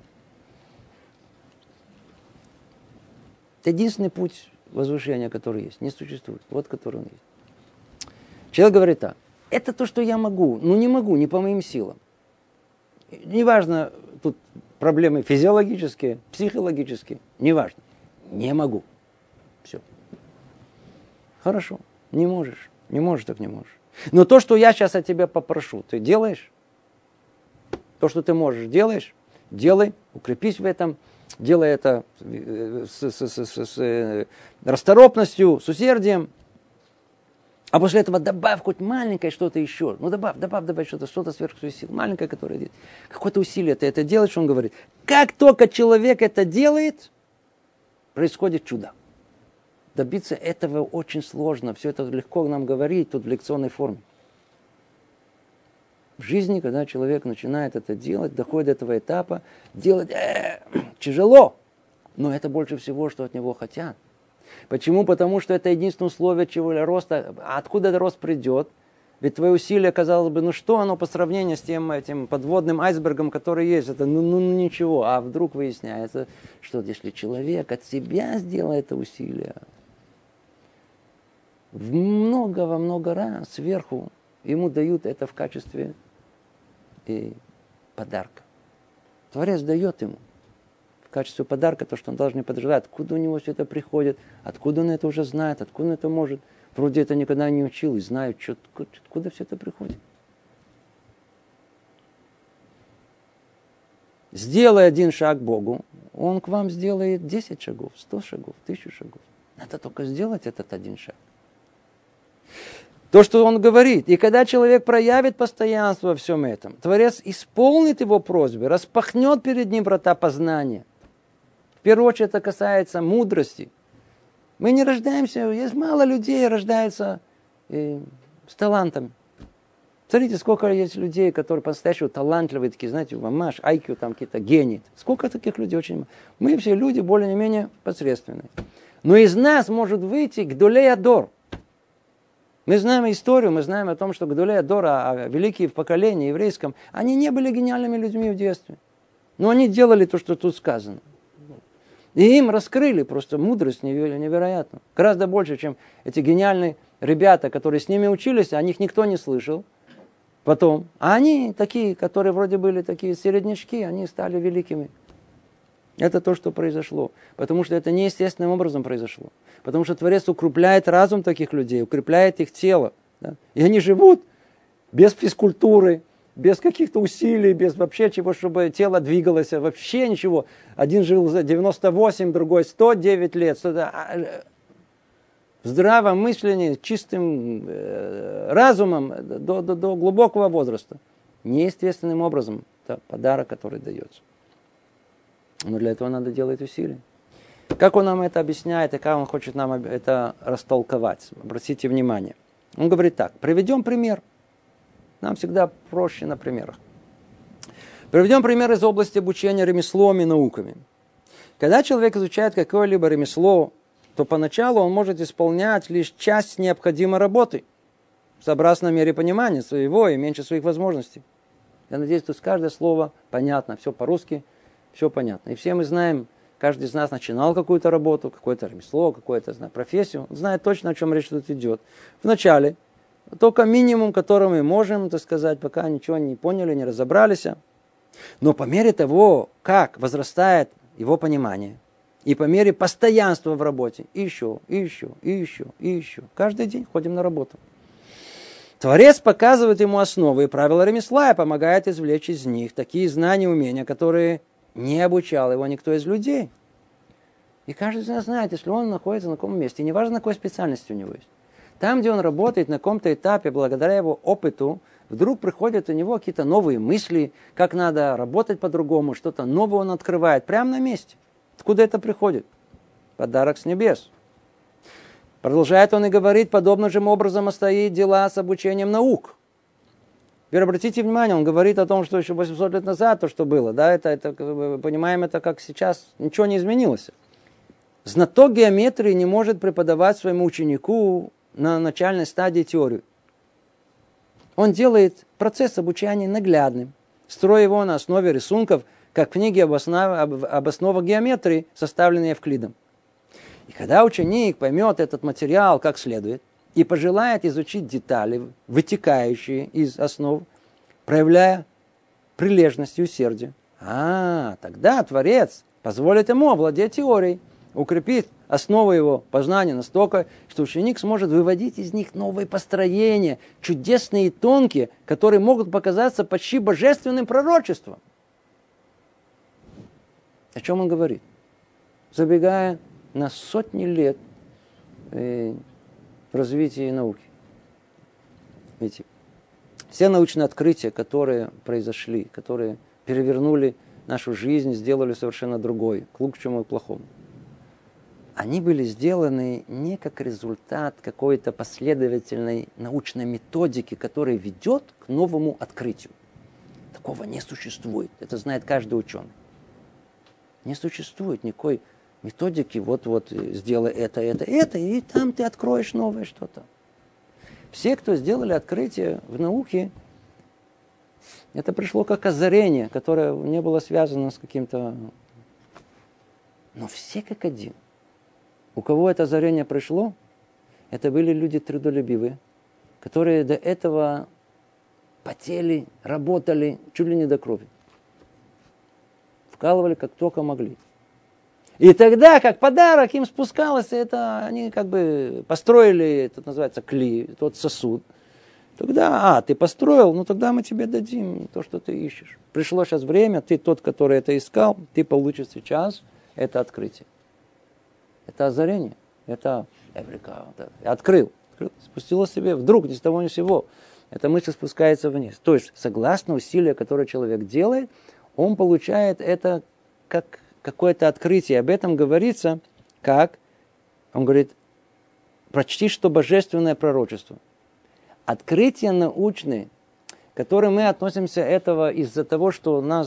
Это единственный путь возвышения, который есть. Не существует. Вот который он есть. Человек говорит так. Это то, что я могу. Ну, не могу, не по моим силам. Неважно, тут проблемы физиологические, психологические. Неважно. Не могу. Все. Хорошо. Не можешь. Не можешь, так не можешь. Но то, что я сейчас от тебя попрошу, ты делаешь? То, что ты можешь, делаешь? Делай. Укрепись в этом. Делай это с расторопностью, с усердием. А после этого добавь хоть маленькое что-то еще. Ну, добавь что-то сверх своих сил. Маленькое, которое делает. Какое-то усилие ты это делаешь, он говорит. Как только человек это делает, происходит чудо. Добиться этого очень сложно. Все это легко нам говорить тут в лекционной форме. В жизни, когда человек начинает это делать, доходит до этого этапа, делать тяжело. Но это больше всего, что от него хотят. Почему? Потому что это единственное условие чего для роста. А откуда этот рост придет? Ведь твои усилия, казалось бы, ну что оно по сравнению с тем этим подводным айсбергом, который есть? Это ну ничего. А вдруг выясняется, что если человек от себя сделает это усилие, во много раз сверху ему дают это в качестве подарка. Творец дает ему в качестве подарка то, что он даже не подозревает. Откуда у него все это приходит, откуда он это уже знает, откуда он это может. Вроде это никогда не учил и знает, откуда все это приходит. Сделай один шаг Богу, он к вам сделает 10 шагов, 100 шагов, 1000 шагов. Надо только сделать этот один шаг. То, что он говорит. И когда человек проявит постоянство во всем этом, Творец исполнит его просьбы, распахнет перед ним врата познания. В первую очередь это касается мудрости. Мы не рождаемся, есть мало людей, рождаются с талантами. Смотрите, сколько есть людей, которые по-настоящему талантливые, такие, знаете, мамаш, IQ, там какие-то гении. Сколько таких людей очень мало. Мы все люди более-менее посредственные. Но из нас может выйти Гдолей Адор. Мы знаем историю, мы знаем о том, что Гдолей Адор, великие в поколении еврейском, они не были гениальными людьми в детстве. Но они делали то, что тут сказано. И им раскрыли просто мудрость невероятную. Гораздо больше, чем эти гениальные ребята, которые с ними учились, о них никто не слышал. Потом. А они такие, которые вроде были такие середнячки, они стали великими. Это то, что произошло. Потому что это неестественным образом произошло. Потому что Творец укрепляет разум таких людей, укрепляет их тело. Да? И они живут без физкультуры, без каких-то усилий, без вообще чего, чтобы тело двигалось, вообще ничего. Один жил за 98, другой 109 лет. В здравом мышлении, чистым разумом до глубокого возраста. Неестественным образом. Это подарок, который дается. Но для этого надо делать усилия. Как он нам это объясняет и как он хочет нам это растолковать? Обратите внимание. Он говорит так. Приведем пример. Нам всегда проще на примерах. Приведем пример из области обучения ремеслом и науками. Когда человек изучает какое-либо ремесло, то поначалу он может исполнять лишь часть необходимой работы, сообразно мере понимания своего и меньше своих возможностей. Я надеюсь, что каждое слово понятно, все по-русски, все понятно. И все мы знаем, каждый из нас начинал какую-то работу, какое-то ремесло, какую-то профессию, он знает точно, о чем речь тут идет. Вначале только минимум, который мы можем, так сказать, пока ничего не поняли, не разобрались. Но по мере того, как возрастает его понимание, и по мере постоянства в работе, и еще. Каждый день ходим на работу. Творец показывает ему основы и правила ремесла и помогает извлечь из них такие знания и умения, которые не обучал его никто из людей. И каждый из нас знает, если он находится на каком месте, неважно, на какой специальности у него есть. Там, где он работает на каком-то этапе, благодаря его опыту, вдруг приходят у него какие-то новые мысли, как надо работать по-другому, что-то новое он открывает прямо на месте. Откуда это приходит? Подарок с небес. Продолжает он и говорит, подобным же образом обстоят дела с обучением наук. Теперь обратите внимание, он говорит о том, что еще 800 лет назад то, что было, да, понимаем это как сейчас, ничего не изменилось. Знаток геометрии не может преподавать своему ученику на начальной стадии теорию. Он делает процесс обучения наглядным, строя его на основе рисунков, как в книге об основах геометрии, составленной Евклидом. И когда ученик поймет этот материал как следует и пожелает изучить детали, вытекающие из основ, проявляя прилежность и усердие, тогда Творец позволит ему овладеть теорией, укрепит основу его познания настолько, что ученик сможет выводить из них новые построения, чудесные и тонкие, которые могут показаться почти божественным пророчеством. О чем он говорит? Забегая на сотни лет в развитии науки. Видите, все научные открытия, которые произошли, которые перевернули нашу жизнь, сделали совершенно другой, к лучшему и к плохому, они были сделаны не как результат какой-то последовательной научной методики, которая ведет к новому открытию. Такого не существует. Это знает каждый ученый. Не существует никакой методики, вот сделай это, и там ты откроешь новое что-то. Все, кто сделали открытие в науке, это пришло как озарение, которое не было связано с каким-то... Но все как один. У кого это озарение пришло, это были люди трудолюбивые, которые до этого потели, работали чуть ли не до крови. Вкалывали как только могли. И тогда, как подарок, им спускалось это, они как бы построили, это называется кли, тот сосуд. Тогда, ты построил, тогда мы тебе дадим то, что ты ищешь. Пришло сейчас время, ты тот, который это искал, ты получишь сейчас это открытие. Это озарение, это эврика, открыл, спустилось себе вдруг, ни с того ни с сего. Эта мысль спускается вниз. То есть, согласно усилию, которое человек делает, он получает это как какое-то открытие. Об этом говорится, как, он говорит, почти что божественное пророчество. Открытия научные, к которым мы относимся этого из-за того, что нас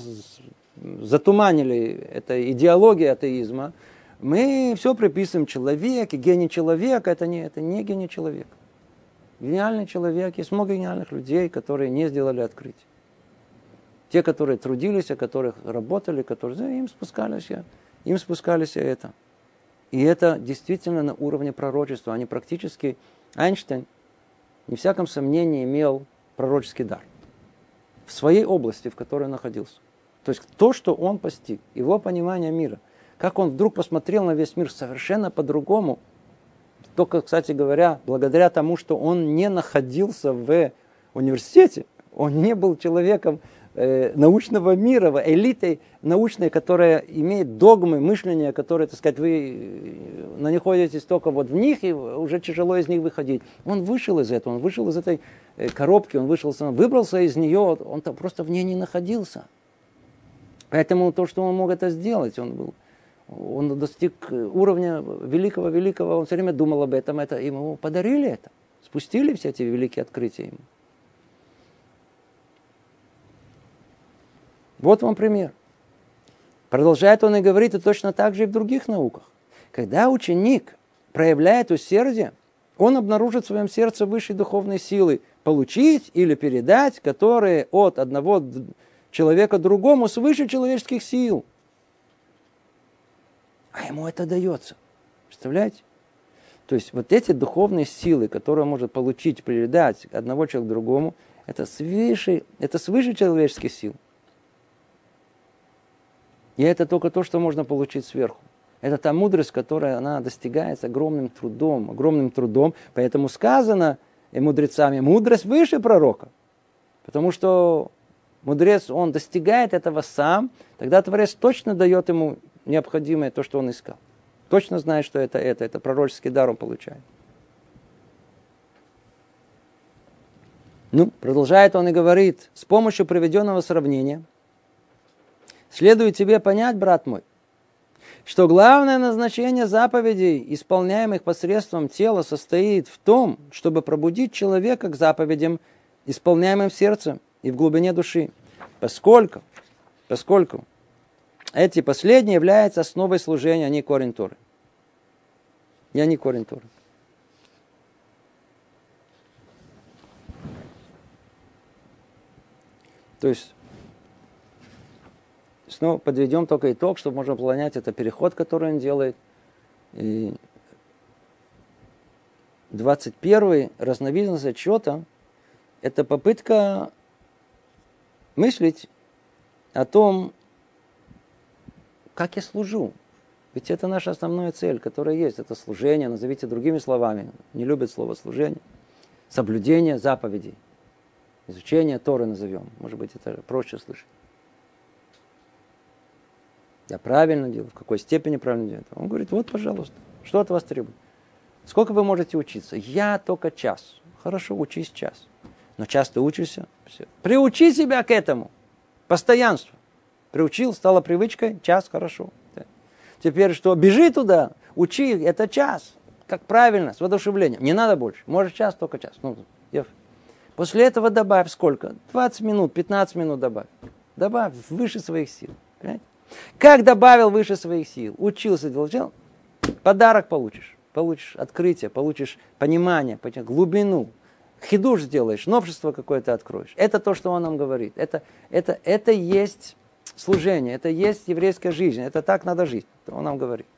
затуманили, это идеология атеизма, мы все приписываем человеку, гений человека, это не гений человека. Гениальный человек, есть много гениальных людей, которые не сделали открытие. Те, которые трудились, о которых работали, которые им спускались это. И это действительно на уровне пророчества. Они практически, Эйнштейн, не всяком сомнении, имел пророческий дар. В своей области, в которой он находился. То есть то, что он постиг, его понимание мира. Как он вдруг посмотрел на весь мир совершенно по-другому. Только, кстати говоря, благодаря тому, что он не находился в университете, он не был человеком научного мира, элитой научной, которая имеет догмы, мышления, которые, так сказать, вы находитесь только в них, и уже тяжело из них выходить. Он вышел из этого, он вышел из этой коробки, он выбрался из нее, он просто в ней не находился. Поэтому то, что он мог это сделать, он достиг уровня великого, он все время думал об этом, ему подарили это, спустили все эти великие открытия ему. Вот вам пример. Продолжает он и говорит, и точно так же и в других науках. Когда ученик проявляет усердие, он обнаружит в своем сердце высшие духовные силы получить или передать, которые от одного человека другому свыше человеческих сил. А ему это дается. Представляете? То есть вот эти духовные силы, которые он может получить, передать одного человека другому, это свыше человеческих сил. И это только то, что можно получить сверху. Это та мудрость, которая она достигается огромным трудом. Поэтому сказано мудрецами, мудрость выше пророка. Потому что мудрец, он достигает этого сам, тогда Творец точно дает ему необходимое то, что он искал. Точно знает, что это пророческий дар он получает. Продолжает он и говорит, с помощью приведенного сравнения следует тебе понять, брат мой, что главное назначение заповедей, исполняемых посредством тела, состоит в том, чтобы пробудить человека к заповедям, исполняемым сердцем, и в глубине души, поскольку эти последние являются основой служения, а не корень Торы. И они корень Торы. То есть, снова подведем только итог, чтобы можно понять, это переход, который он делает. И 21-й разновидность отчета – это попытка мыслить о том, как я служу. Ведь это наша основная цель, которая есть. Это служение, назовите другими словами. Не любят слово служение. Соблюдение заповедей. Изучение Торы назовем. Может быть, это проще слышать. Я правильно делаю, в какой степени правильно делаю. Он говорит, вот, пожалуйста, что от вас требует? Сколько вы можете учиться? Я только час. Хорошо, учись час. Но час ты учишься. Все. Приучи себя к этому. Постоянство. Приучил, стало привычкой, час, хорошо. Теперь что? Бежи туда, учи, это час. Как правильно, с воодушевлением. Не надо больше. Может час, только час. После этого добавь сколько? 20 минут, 15 минут добавь. Добавь выше своих сил. Понимаете? Как добавил выше своих сил? Учился, делал, подарок получишь. Получишь открытие, получишь понимание, глубину. Хидуш сделаешь, новшество какое-то откроешь. Это то, что он нам говорит. Это есть служение, это есть еврейская жизнь. Это так надо жить. Он нам говорит.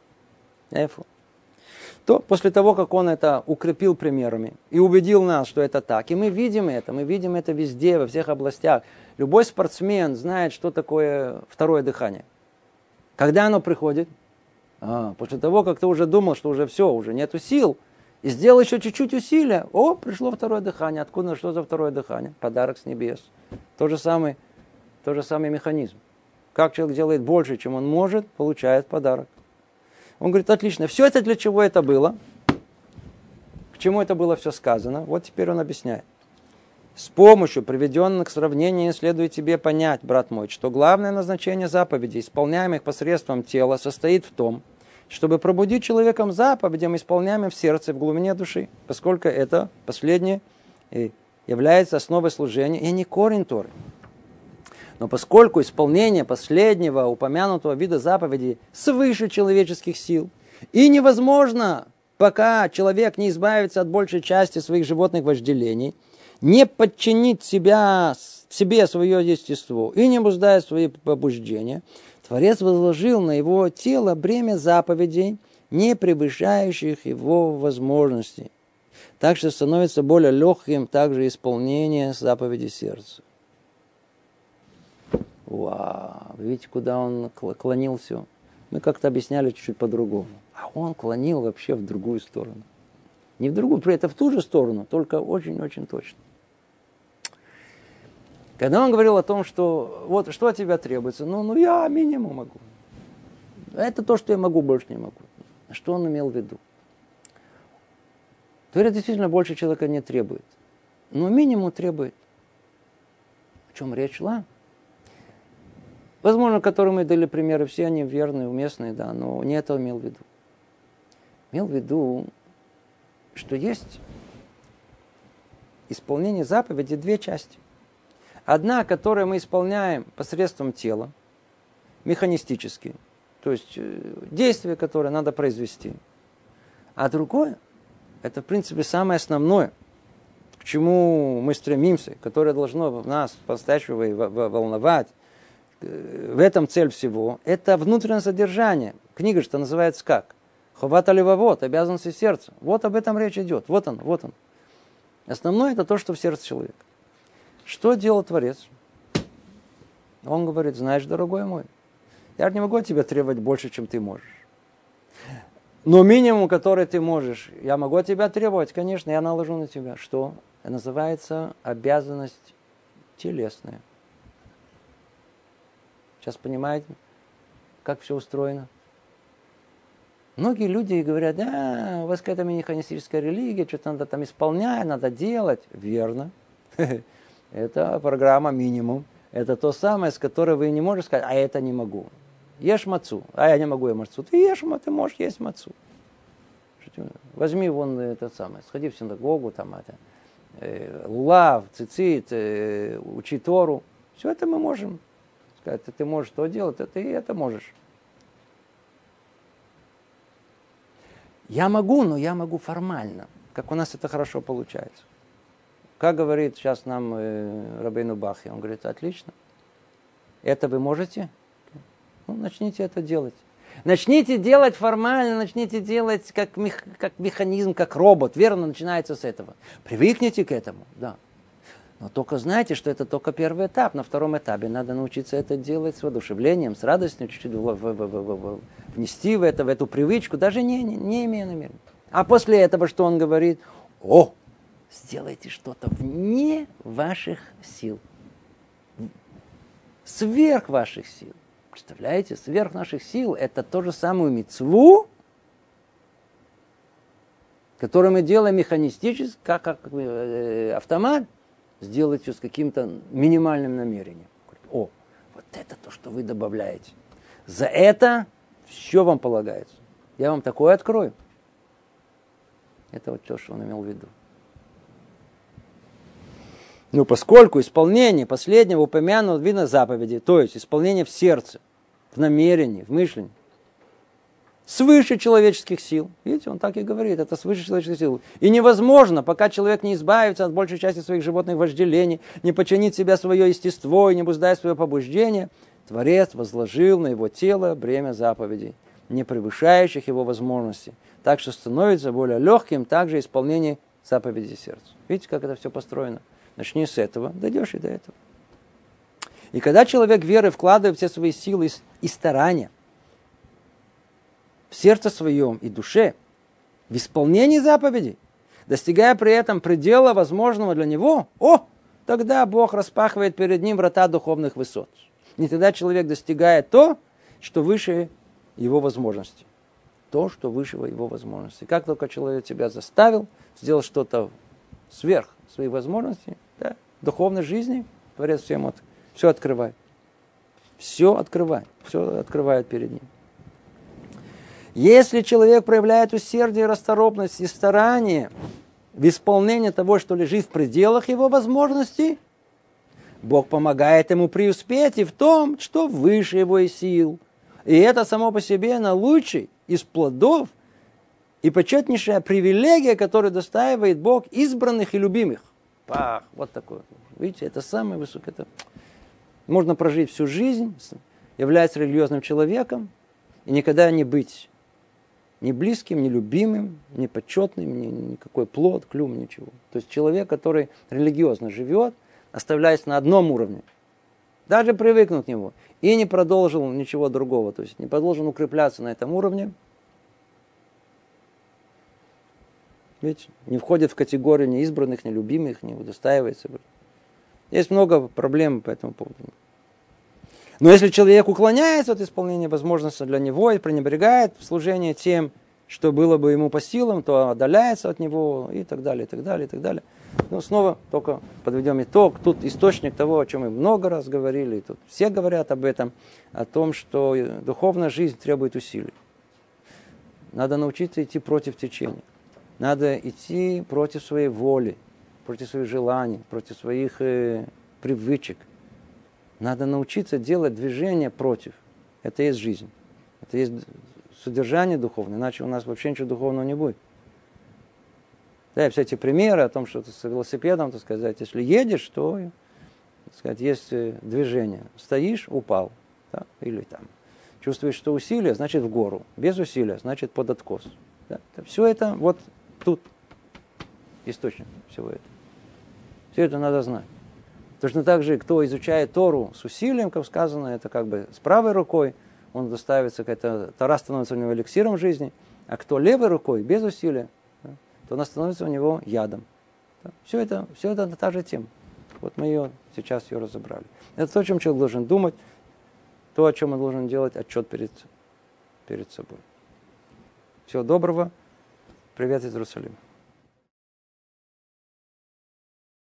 То после того, как он это укрепил примерами и убедил нас, что это так, и мы видим это везде, во всех областях. Любой спортсмен знает, что такое второе дыхание. Когда оно приходит? После того, как ты уже думал, что уже все, уже нету сил, и сделал еще чуть-чуть усилия, пришло второе дыхание. Откуда, что за второе дыхание? Подарок с небес. Тот же самый механизм. Как человек делает больше, чем он может, получает подарок. Он говорит, отлично, все это для чего это было? К чему это было все сказано? Вот теперь он объясняет. С помощью приведенных сравнений следует тебе понять, брат мой, что главное назначение заповедей, исполняемых посредством тела, состоит в том, чтобы пробудить человеком заповедям, исполняемым в сердце, в глубине души, поскольку это последнее является основой служения и не корень Торы. Но поскольку исполнение последнего упомянутого вида заповедей свыше человеческих сил, и невозможно, пока человек не избавится от большей части своих животных вожделений, не подчинит себе свое естество и не обуздает свои побуждения, Творец возложил на его тело бремя заповедей, не превышающих его возможностей. Так что становится более легким также исполнение заповедей сердца. Вау! Видите, куда он клонил все? Мы как-то объясняли чуть-чуть по-другому. А он клонил вообще в другую сторону. Не в другую, это в ту же сторону, только очень-очень точно. Когда он говорил о том, что вот что от тебя требуется, я минимум могу. Это то, что я могу, больше не могу. Что он имел в виду? Творец действительно больше человека не требует. Но минимум требует. О чем речь шла? Возможно, которые мы дали примеры, все они верные, уместные, да, но не это имел в виду. Имел в виду, что есть исполнение заповеди две части. Одна, которую мы исполняем посредством тела, механистически, то есть действие, которое надо произвести. А другое, это в принципе самое основное, к чему мы стремимся, которое должно нас по-настоящему волновать. В этом цель всего. Это внутреннее содержание. Книга что называется как? Ховата левовод, обязанности сердца. Вот об этом речь идет. Вот он. Основное это то, что в сердце человека. Что делал Творец? Он говорит, знаешь, дорогой мой, я не могу от тебя требовать больше, чем ты можешь. Но минимум, который ты можешь, я могу от тебя требовать, конечно, я наложу на тебя. Что? Это называется обязанность телесная. Сейчас понимаете, как все устроено? Многие люди говорят, у вас какая-то механистическая религия, что-то надо там исполнять, надо делать. Верно. Это программа минимум. Это то самое, с которой вы не можете сказать, это не могу. Ешь мацу. Я не могу есть мацу. Ты ешь, ты можешь есть мацу. Возьми вон это самое, сходи в синагогу, лулав, цицит, учить Тору. Все это мы можем. Сказать, ты можешь то делать, ты это можешь. Я могу, но я могу формально. Как у нас это хорошо получается. Как говорит сейчас нам Рабейну Бахья, он говорит, отлично. Это вы можете? Ну, начните это делать. Начните делать формально, начните делать как механизм, как робот. Верно, начинается с этого. Привыкните к этому, да. Но только знайте, что это только первый этап. На втором этапе надо научиться это делать с воодушевлением, с радостью, чуть-чуть внести в эту привычку, даже не имея намерения. А после этого, что он говорит? Сделайте что-то вне ваших сил. Сверх ваших сил. Представляете, сверх наших сил это то же самую мицву, которую мы делаем механистически, как автомат, сделать ее с каким-то минимальным намерением. Вот это то, что вы добавляете. За это все вам полагается. Я вам такое открою. Это вот то, что он имел в виду. Поскольку исполнение последнего упомянутого вида заповеди, то есть исполнение в сердце, в намерении, в мышлении, свыше человеческих сил. Видите, он так и говорит, это свыше человеческих сил. И невозможно, пока человек не избавится от большей части своих животных вожделений, не подчинит себя свое естество и не обуздает свое побуждение, Творец возложил на его тело бремя заповедей, не превышающих его возможностей. Так что становится более легким также исполнение заповедей сердца. Видите, как это все построено? Начни с этого, дойдешь и до этого. И когда человек веры вкладывает все свои силы и старания в сердце своем и душе, в исполнении заповедей, достигая при этом предела возможного для него, тогда Бог распахивает перед ним врата духовных высот. И тогда человек достигает то, что выше его возможностей. То, что выше его возможностей. Как только человек тебя заставил сделать что-то сверх своих возможностей, да, в духовной жизни, Творец всем все открывает. Все открывает перед ним. Если человек проявляет усердие, расторопность и старание в исполнении того, что лежит в пределах его возможностей, Бог помогает ему преуспеть и в том, что выше его сил. И это само по себе наилучший из плодов и почетнейшая привилегия, которую достаивает Бог избранных и любимых. Вот такое. Видите, это самое высокое. Можно прожить всю жизнь, являясь религиозным человеком, и никогда не быть ни близким, ни любимым, ни почетным, никакой плод, клюм, ничего. То есть человек, который религиозно живет, оставляясь на одном уровне, даже привыкнув к нему, и не продолжил ничего другого, то есть не продолжил укрепляться на этом уровне, ведь не входит в категорию ни избранных, ни любимых, не удостаивается. Есть много проблем по этому поводу. Но если человек уклоняется от исполнения возможностей для него и пренебрегает в служении тем, что было бы ему по силам, то отдаляется от него и так далее, и так далее, и так далее. Снова только подведем итог. Тут источник того, о чем мы много раз говорили, и тут все говорят об этом, о том, что духовная жизнь требует усилий. Надо научиться идти против течения. Надо идти против своей воли, против своих желаний, против своих привычек. Надо научиться делать движение против. Это есть жизнь. Это есть содержание духовное, иначе у нас вообще ничего духовного не будет. Да, и все эти примеры о том, что ты с велосипедом, так сказать, если едешь, то, так сказать, есть движение. Стоишь, упал. Да, или там. Чувствуешь, что усилие, значит в гору. Без усилия, значит под откос. Да, все это вот тут источник всего этого. Все это надо знать. Точно так же, кто изучает Тору с усилием, как сказано, это как бы с правой рукой, он доставится, Тора становится у него эликсиром жизни, а кто левой рукой, без усилия, да, то она становится у него ядом. Да. Все это та же тема. Вот мы сейчас ее разобрали. Это то, о чем человек должен думать, то, о чем он должен делать отчет перед собой. Всего доброго. Привет из Иерусалима.